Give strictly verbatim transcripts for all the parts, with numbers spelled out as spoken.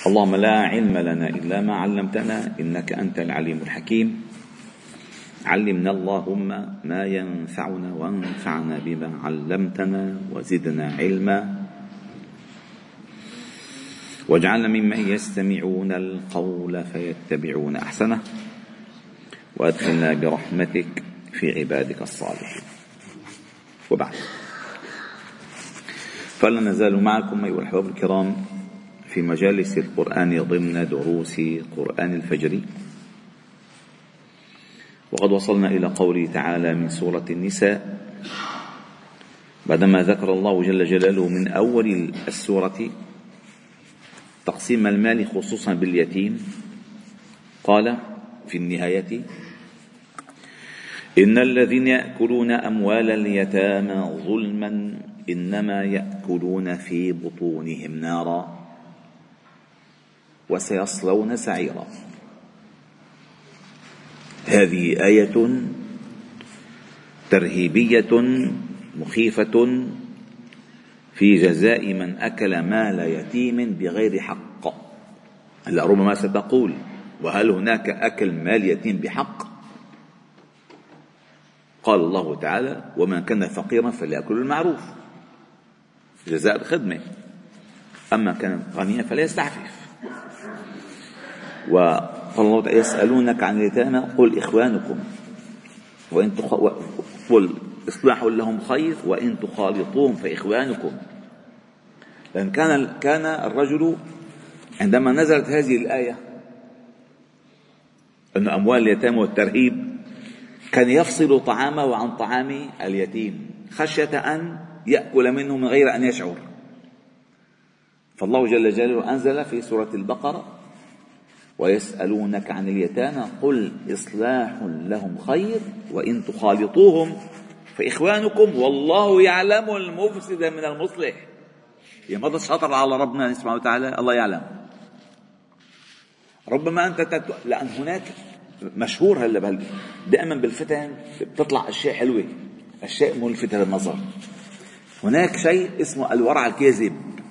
اللهم لا علم لنا إلا ما علمتنا إنك أنت العليم الحكيم. علمنا اللهم ما ينفعنا وانفعنا بما علمتنا وزدنا علما، واجعلنا ممن يستمعون القول فيتبعون أحسنه، وأدخلنا برحمتك في عبادك الصالحين. وبعد، فلا نزال معكم أيها الأحباب الكرام في مجالس القرآن ضمن دروس قرآن الفجر، وقد وصلنا إلى قوله تعالى من سورة النساء بعدما ذكر الله جل جلاله من أول السورة تقسيم المال خصوصا باليتيم. قال في النهاية: إن الذين يأكلون أموال اليتامى ظلما إنما يأكلون في بطونهم نارا وسيصلون سعيرا. هذه آية ترهيبية مخيفة في جزاء من أكل مال يتيم بغير حق. هلا ربما ستقول: وهل هناك أكل مال يتيم بحق؟ قال الله تعالى: ومن كان فقيرا فليأكل المعروف، جزاء الخدمة، أما كان غنيا فليستعفف. وقال الله تعالى: يسألونك عن اليتامى قل إخوانكم وإن تخ... قل إصلاح لهم خير وإن تخالطوهم فإخوانكم. لأن كان كان الرجل عندما نزلت هذه الآية أن أموال اليتامى والترهيب كان يفصل طعامه عن طعام اليتيم خشية أن يأكل منه من غير أن يشعر. فالله جل جلاله أنزل في سورة البقرة: ويسألونك عن اليتامى قل إصلاح لهم خير وإن تخالطوهم فإخوانكم والله يعلم المفسد من المصلح. يا ماذا شطر على ربنا سبحانه وتعالى، الله يعلم. ربما أنت تت... لأن هناك مشهور هلا بهال دائما بالفتن بتطلع أشياء حلوة، أشياء ملفتة للنظر. هناك شيء اسمه الورع الكاذب،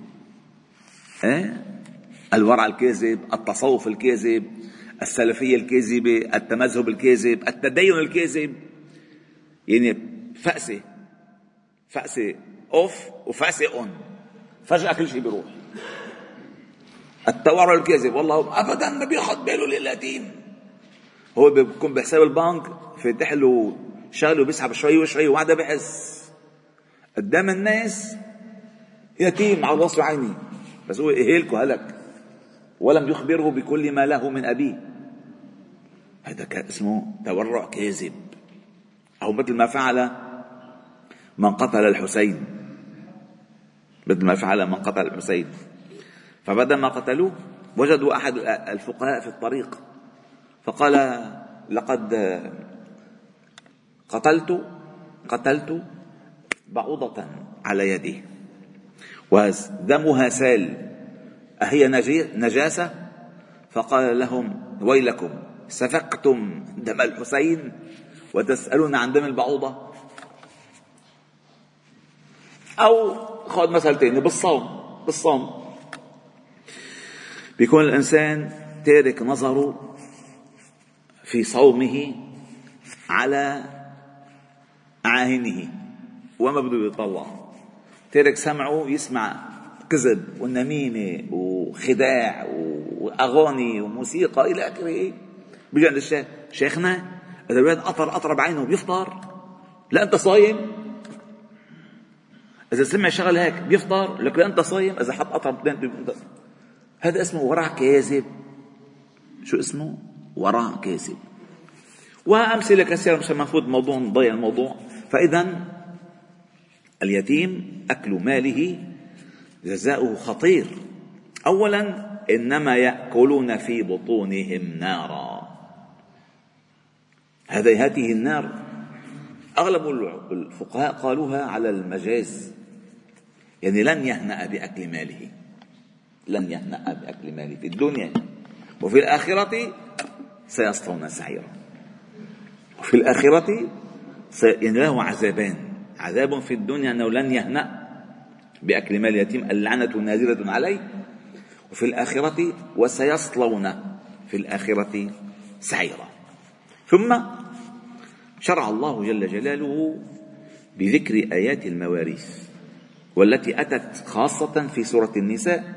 إيه؟ الورع الكاذب، التصوف الكاذب، السلفية الكاذبة، التمذهب الكاذب، التدين الكاذب. يعني فأسة فأسة أوف وفأسة أون، فجأة كل شيء بيروح. التورع الكاذب والله أبدا ما بياخد باله لليتيم، هو بيكون بحساب البنك فاتح له شغله بيسحب شوي وشوي وهذا بحس قدام الناس يتيم على راسه عيني، بس هو إهلكه هلك ولم يخبره بكل ما له من أبيه. هذا اسمه تورع كاذب. أو مثل ما فعل من قتل الحسين، مثل ما فعل من قتل الحسين فبعد ما قتلوه وجدوا أحد الفقهاء في الطريق فقال: لقد قتلت قتلت بعوضة على يدي ودمها سال، أهي نجاسة؟ فقال لهم: ويلكم سفكتم دم الحسين وتسألون عن دم البعوضة. أو خذ مثل تاني بالصوم بالصوم بيكون الإنسان تارك نظره في صومه على عاهنه وما بده يطلع، تارك سمعه يسمع كذب والنميمة وخداع وأغاني وموسيقى إلى آخره. بيجي عند الشيخ: شيخنا إذا الواحد قطر قطر بعينه بيفطر؟ لا أنت صايم. إذا سمع شغل هيك بيفطر؟ لك لا أنت صايم. إذا حط قطر بيفطر. هذا اسمه ورع كاذب. شو اسمه؟ ورع كاذب. وأمثلة كثيرة مش المفروض موضوع نضيع الموضوع. فإذا اليتيم أكل ماله جزاؤه خطير. أولا إنما يأكلون في بطونهم نارا. هذه النار أغلب الفقهاء قالوها على المجاز، يعني لن يهنأ بأكل ماله، لن يهنأ بأكل ماله في الدنيا، وفي الآخرة سيصلون سعيرا. وفي الآخرة سي... يعني له عذابان: عذاب في الدنيا أنه لن يهنأ بأكل مال اليتيم، اللعنة نازلة عليه، وفي الآخرة وسيصلون في الآخرة سعيرا. ثم شرع الله جل جلاله بذكر آيات المواريث، والتي أتت خاصة في سورة النساء،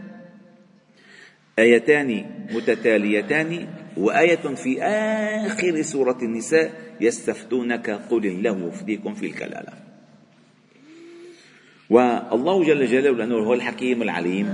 آيتان متتاليتان، وآية في آخر سورة النساء يستفتونك قل الله يفتيكم في الكلالة. والله جل جلاله لأنه هو الحكيم العليم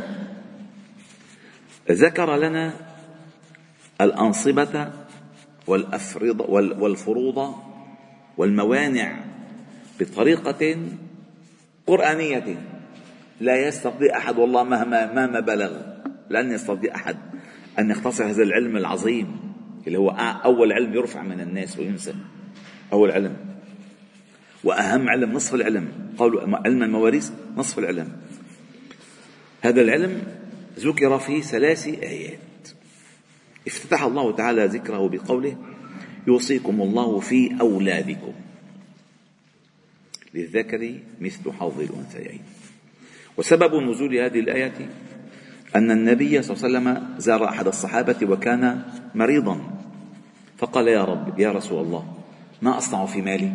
ذكر لنا الأنصبة والأفرض والفروض والموانع بطريقة قرآنية لا يستطيع أحد والله مهما مهما بلغ لن يستطيع أحد أن يختصر هذا العلم العظيم اللي هو أول علم يرفع من الناس وينسى، أول علم وأهم علم، نصف العلم، قالوا علم المواريث نصف العلم. هذا العلم ذكر في ثلاث آيات. افتتح الله تعالى ذكره بقوله يوصيكم الله في أولادكم للذكر مثل حظ الأنثيين. وسبب نزول هذه الآية أن النبي صلى الله عليه وسلم زار أحد الصحابة وكان مريضا، فقال يا رب يا رسول الله ما أصنع في مالي؟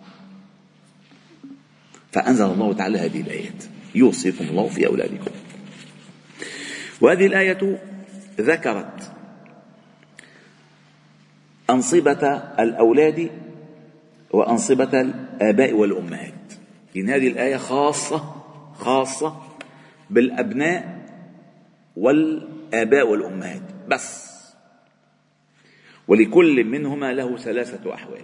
فأنزل الله تعالى هذه الآيات يوصيكم الله في أولادكم. وهذه الآية ذكرت أنصبة الأولاد وأنصبة الآباء والأمهات. إن هذه الآية خاصة خاصة بالأبناء والآباء والأمهات بس، ولكل منهما له ثلاثة أحوال.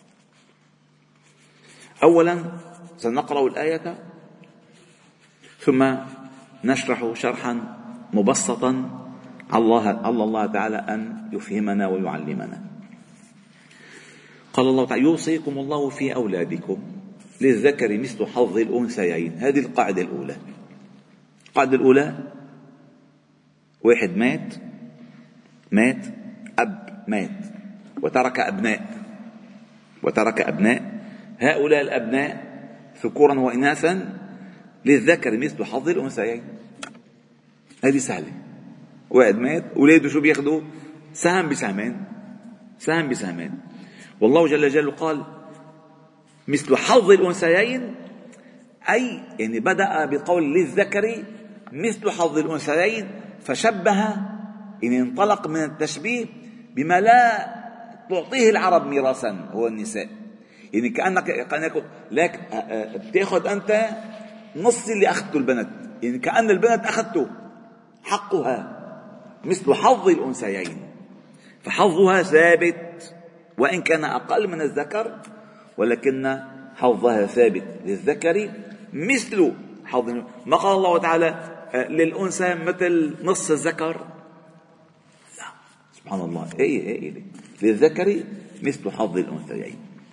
أولا سنقرأ الآية ثم نشرح شرحا مبسطا الله الله تعالى أن يفهمنا ويعلمنا. قال الله تعالى يوصيكم الله في أولادكم للذكر مثل حظ الأنثيين. هذه القاعدة الأولى. القاعدة الأولى واحد مات مات أب مات وترك أبناء وترك أبناء هؤلاء الأبناء ذكورا وإناثا للذكر مثل حظ الأنثيين. هذه سهلة. واحد مات أولاده شو بياخدوا؟ سهم بسهمين، سهم بسهمين. والله جل جلاله قال مثل حظ الأنثيين، أي يعني بدأ بقول للذكر مثل حظ الأنثيين، فشبه يعني انطلق من التشبيه بما لا تعطيه العرب ميراثا هو النساء. يعني كأنك كأنك لك بتاخذ أنت نص اللي أخذته البنت، يعني كأن البنت أخذته حقها مثل حظ الأنثيين، فحظها ثابت وإن كان أقل من الذكر، ولكن حظها ثابت للذكر مثل حظ. ما قال الله تعالى للأنثى مثل نصف الذكر، لا سبحان الله، إيه إيه للذكر مثل حظ الأنثيين.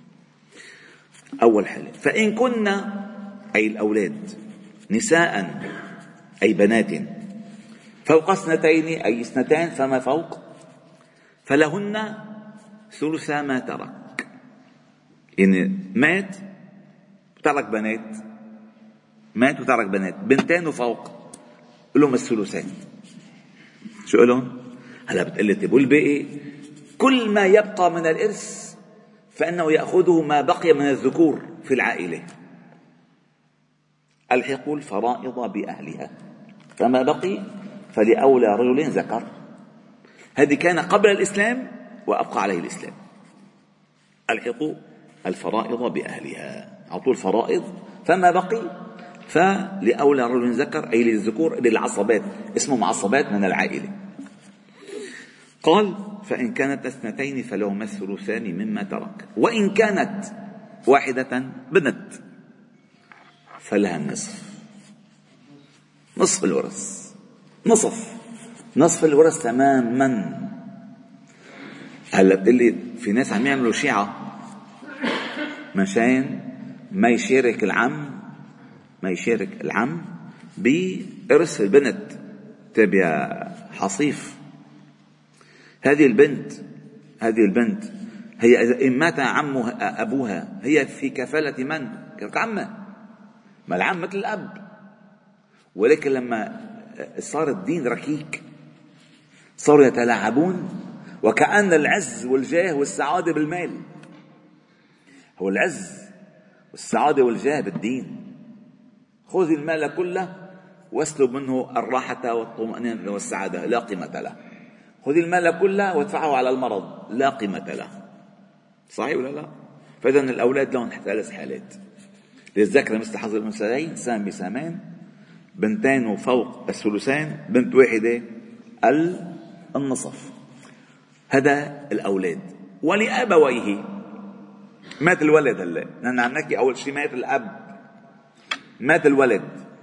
أول حالة فإن كنا أي الأولاد نساء أي بنات فوق اثنتين أي اثنتان فما فوق فلهن ثلثا ما ترك. يعني مات وترك بنات، مات وترك بنات بنتين وفوق لهم الثلثين. شو لهم؟ هلا بتقلي طيب والباقي؟ كل ما يبقى من الإرث فإنه يأخذه ما بقي من الذكور في العائلة. الحقوا الفرائض بأهلها فما بقي فلأولى رجل ذكر. هذه كان قبل الإسلام وأبقى عليه الإسلام. الحقوا الفرائض بأهلها، أعطوا الفرائض فما بقي فلأولى رجل ذكر أي للذكور للعصبات، اسمهم عصبات من العائلة. قال فإن كانت اثنتين فلهما الثلثان مما ترك، وإن كانت واحدة بنت فلها النصف، نصف الورث، نصف نصف الورث تماما. هلا بتقلي في ناس عم يعملوا شيعة مشان ما يشارك العم ما يشارك العم بإرث البنت. تبع حصيف هذه البنت هذه البنت هي إذا إن مات عمها أبوها هي في كفالة من؟ كعمه، ما العم مثل الأب. ولكن لما صار الدين ركيك صاروا يتلاعبون وكأن العز والجاه والسعادة بالمال. هو العز والسعادة والجاه بالدين. خذ المال كله واسلب منه الراحة والطمأنينة والسعادة، لا قيمة له. خذ المال كله وادفعه على المرض، لا قيمة له. صحيح ولا لا؟ فإذا الأولاد لهم ثلاث حالات: للذكر مثل حظ الأنثيين، سهم بسهمين، بنتين وفوق الثلثين، بنت واحدة النصف. هذا الأولاد. ولأبويه، مات الولد. هلا نحن عم نحكي أول شيء مات الأب، مات الولد.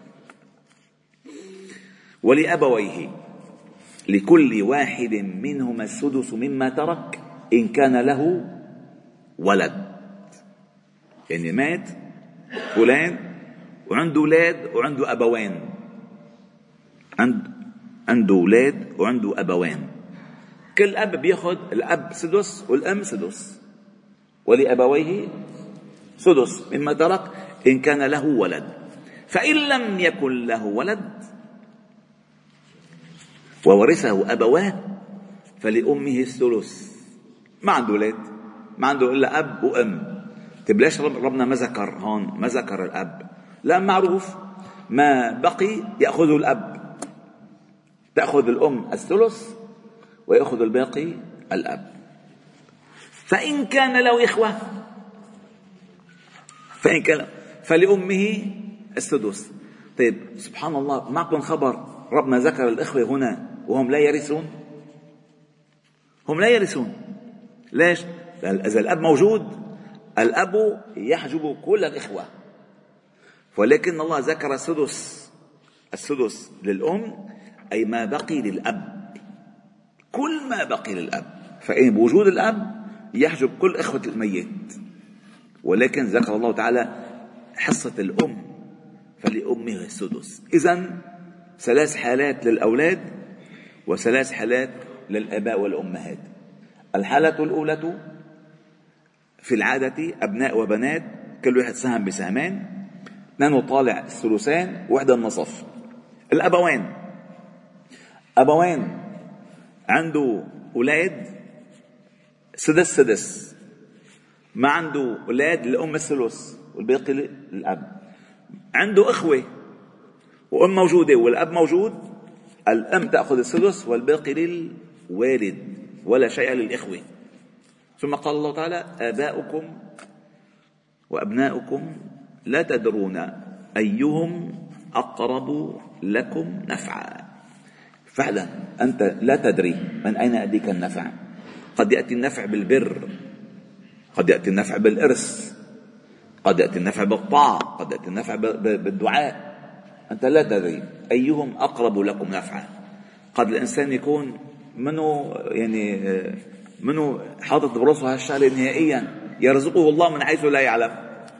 ولأبويه لكل واحد منهما السدس مما ترك إن كان له ولد. يعني مات فلان وعنده أولاد وعنده أبوين، عند عنده أولاد وعنده أبوين. كل أب بياخد، الأب سدس والأم سدس. ولأبويه سدس مما ترك إن كان له ولد، فإن لم يكن له ولد وورثه أبواه فلأمه الثلث. ما عنده ولد، ما عنده إلا أب وأم. طيب ليش ربنا ما ذكر هون، ما ذكر الأب؟ لا، معروف ما بقي يأخذه الأب، تأخذ الأم الثلث ويأخذ الباقي الأب. فإن كان له إخوة فإن كان فلأمه السدس. طيب سبحان الله، معكم خبر ربنا ذكر الإخوة هنا وهم لا يرثون. هم لا يرثون. ليش؟ لأن إذا الأب موجود الأب يحجب كل الإخوة، ولكن الله ذكر السدس، السدس للأم، أي ما بقي للأب، كل ما بقي للأب. فإن بوجود الأب يحجب كل إخوة الميت، ولكن ذكر الله تعالى حصة الأم فلأمه السدس. إذن ثلاث حالات للأولاد وثلاث حالات للآباء والأمهات. الحالة الأولى في العادة أبناء وبنات، كل واحد سهم بسهمين، اثنين طالع الثلثين، واحدة النصف. الأبوين، أبوين عنده أولاد سدس سدس، ما عنده أولاد الأم الثلث والباقي للأب. عنده إخوة وأم موجودة والأب موجود، الأم تأخذ السدس والباقي للوالد ولا شيء للإخوة. ثم قال الله تعالى: آباؤكم وأبناؤكم لا تدرون أيهم أقرب لكم نفعا. فعلا أنت لا تدري من أين يأتيك النفع. قد يأتي النفع بالبر، قد يأتي النفع بالإرث، قد يأتي النفع بالطاعة، قد يأتي النفع بالدعاء. أنت لا تدري أيهم أقرب لكم نفعا. قد الإنسان يكون منه يعني منه حاطط براسه هالشغلة نهائيا، يرزقه الله من حيث لا يعلم.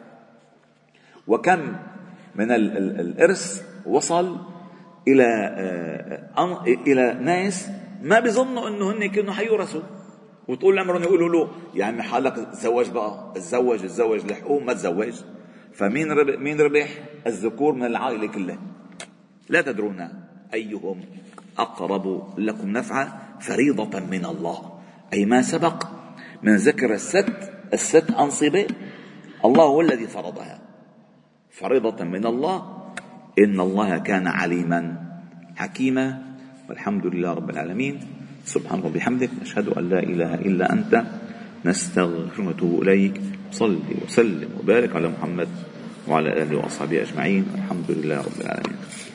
وكم من الإرث وصل إلى إلى ناس ما بيظنوا إنه هن كانوا حيورثوا، وطول عمرهم يقولوا له يا عمي حالك تزوج بقى، تزوج تزوج لحقوم ما تزوج. فمين ربح؟ مين ربح؟ الذكور من العائلة كلها. لا تدرون أيهم أقرب لكم نفعا فريضة من الله، أي ما سبق من ذكر الست الست أنصبة الله هو الذي فرضها، فريضة من الله، إن الله كان عليما حكيما. والحمد لله رب العالمين. سبحان الله وبحمدك، نشهد أن لا إله إلا أنت، نستغفرك ونتوب إليك. صل وسلم وبارك على محمد وعلى آله وأصحابه أجمعين. الحمد لله رب العالمين.